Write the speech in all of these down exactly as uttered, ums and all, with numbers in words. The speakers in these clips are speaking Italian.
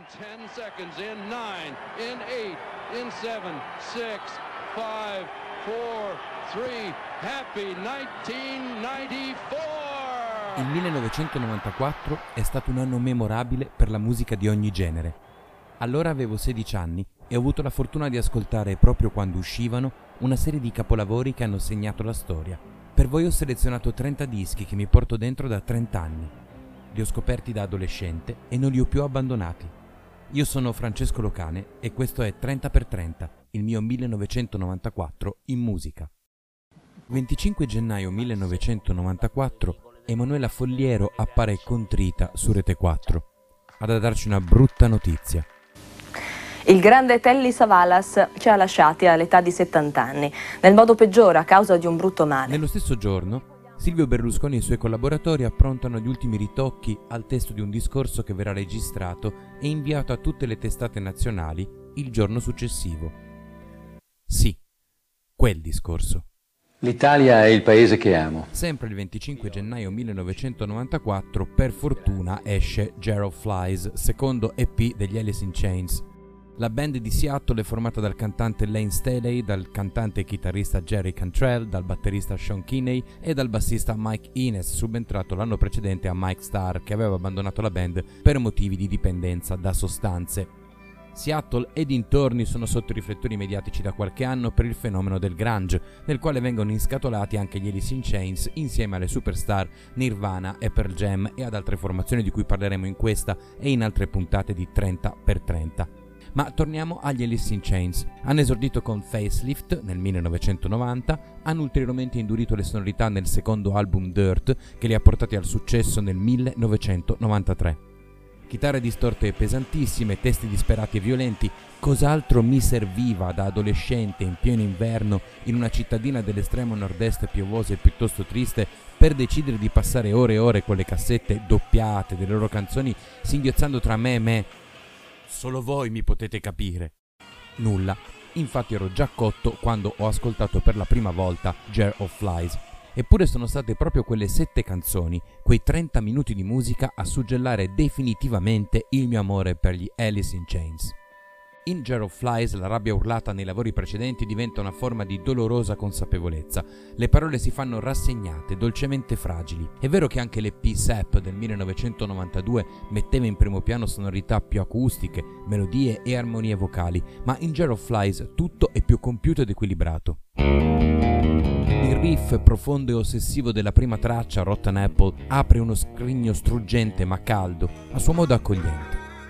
ten seconds, in nine, in eight, in seven, six, five, four, three, happy millenovecentonovantaquattro! Il millenovecentonovantaquattro è stato un anno memorabile per la musica di ogni genere. Allora avevo sedici anni e ho avuto la fortuna di ascoltare, proprio quando uscivano, una serie di capolavori che hanno segnato la storia. Per voi ho selezionato trenta dischi che mi porto dentro da trenta anni. Li ho scoperti da adolescente e non li ho più abbandonati. Io sono Francesco Locane e questo è trenta per trenta, il mio millenovecentonovantaquattro in musica. venticinque gennaio millenovecentonovantaquattro, Emanuela Folliero appare contrita su Rete quattro. Ha da darci una brutta notizia. Il grande Telly Savalas ci ha lasciati all'età di settanta anni, nel modo peggiore a causa di un brutto male. Nello stesso giorno, Silvio Berlusconi e i suoi collaboratori approntano gli ultimi ritocchi al testo di un discorso che verrà registrato e inviato a tutte le testate nazionali il giorno successivo. Sì, quel discorso. L'Italia è il paese che amo. Sempre il venticinque gennaio millenovecentonovantaquattro, per fortuna, esce Jar of Flies, secondo E P degli Alice in Chains. La band di Seattle è formata dal cantante Layne Staley, dal cantante e chitarrista Jerry Cantrell, dal batterista Sean Kinney e dal bassista Mike Inez, subentrato l'anno precedente a Mike Starr, che aveva abbandonato la band per motivi di dipendenza da sostanze. Seattle e dintorni sono sotto i riflettori mediatici da qualche anno per il fenomeno del grunge, nel quale vengono inscatolati anche gli Alice in Chains insieme alle superstar Nirvana e Pearl Jam e ad altre formazioni di cui parleremo in questa e in altre puntate di trenta per trenta. Ma torniamo agli Alice in Chains. Hanno esordito con Facelift nel millenovecentonovanta, hanno ulteriormente indurito le sonorità nel secondo album Dirt, che li ha portati al successo nel millenovecentonovantatré. Chitarre distorte e pesantissime, testi disperati e violenti, cos'altro mi serviva da adolescente in pieno inverno in una cittadina dell'estremo nord-est piovosa e piuttosto triste per decidere di passare ore e ore con le cassette doppiate delle loro canzoni, singhiozzando tra me e me. Solo voi mi potete capire. Nulla. Infatti ero già cotto quando ho ascoltato per la prima volta Jar of Flies. Eppure sono state proprio quelle sette canzoni, quei trenta minuti di musica a suggellare definitivamente il mio amore per gli Alice in Chains. In Jar of Flies la rabbia urlata nei lavori precedenti diventa una forma di dolorosa consapevolezza. Le parole si fanno rassegnate, dolcemente fragili. È vero che anche l'E P S A P del millenovecentonovantadue metteva in primo piano sonorità più acustiche, melodie e armonie vocali, ma in Jar of Flies tutto è più compiuto ed equilibrato. Il riff profondo e ossessivo della prima traccia, Rotten Apple, apre uno scrigno struggente ma caldo, a suo modo accogliente.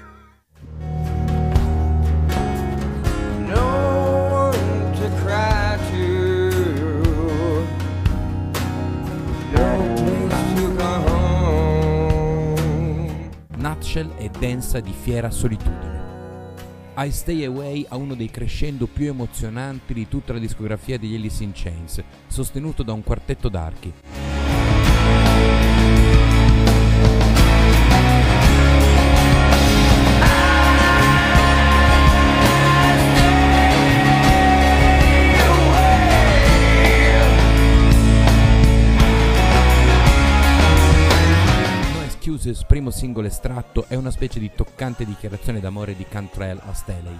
Nutshell è densa di fiera solitudine. I Stay Away ha uno dei crescendo più emozionanti di tutta la discografia degli Alice in Chains, sostenuto da un quartetto d'archi. Primo singolo estratto è una specie di toccante dichiarazione d'amore di Cantrell a Staley.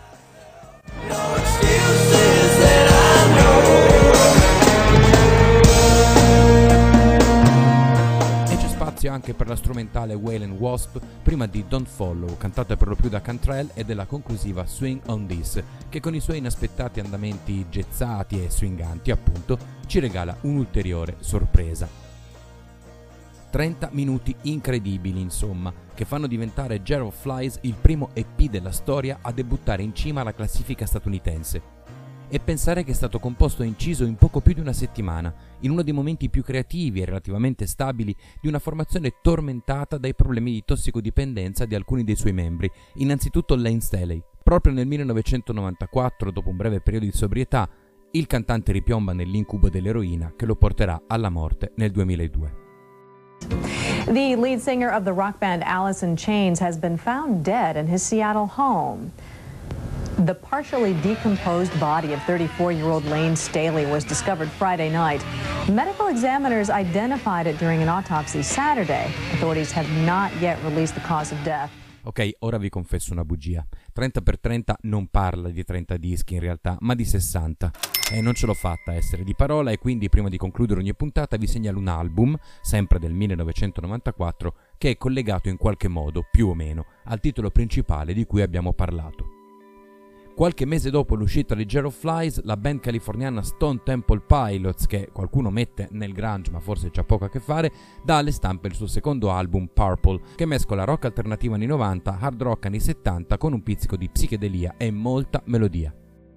E c'è spazio anche per la strumentale Waylon Wasp, prima di Don't Follow, cantata per lo più da Cantrell, e della conclusiva Swing on This, che con i suoi inaspettati andamenti gezzati e swinganti, appunto, ci regala un'ulteriore sorpresa. trenta minuti incredibili, insomma, che fanno diventare Jar of Flies il primo E P della storia a debuttare in cima alla classifica statunitense. E pensare che è stato composto e inciso in poco più di una settimana, in uno dei momenti più creativi e relativamente stabili di una formazione tormentata dai problemi di tossicodipendenza di alcuni dei suoi membri, innanzitutto Layne Staley. Proprio nel millenovecentonovantaquattro, dopo un breve periodo di sobrietà, il cantante ripiomba nell'incubo dell'eroina che lo porterà alla morte nel duemiladue. The lead singer of the rock band Alice in Chains has been found dead in his Seattle home. The partially decomposed body of thirty-four-year-old Layne Staley was discovered Friday night. Medical examiners identified it during an autopsy Saturday. Authorities have not yet released the cause of death. Ok, ora vi confesso una bugia. trenta per trenta non parla di trenta dischi in realtà, ma di sessanta. E non ce l'ho fatta a essere di parola e quindi prima di concludere ogni puntata vi segnalo un album, sempre del millenovecentonovantaquattro, che è collegato in qualche modo, più o meno, al titolo principale di cui abbiamo parlato. Qualche mese dopo l'uscita di Jar of Flies, la band californiana Stone Temple Pilots, che qualcuno mette nel grunge ma forse c'ha poco a che fare, dà alle stampe il suo secondo album Purple, che mescola rock alternativo anni novanta, hard rock anni settanta con un pizzico di psichedelia e molta melodia.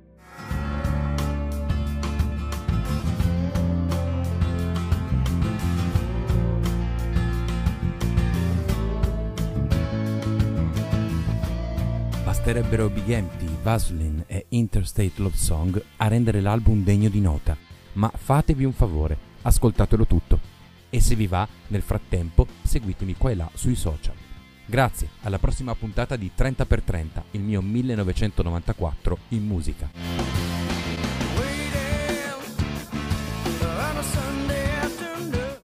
Basterebbero Big Empty, Vaseline e Interstate Love Song a rendere l'album degno di nota, ma fatevi un favore, ascoltatelo tutto. E se vi va, nel frattempo, seguitemi qua e là sui social. Grazie, alla prossima puntata di trenta per trenta, il mio millenovecentonovantaquattro in musica.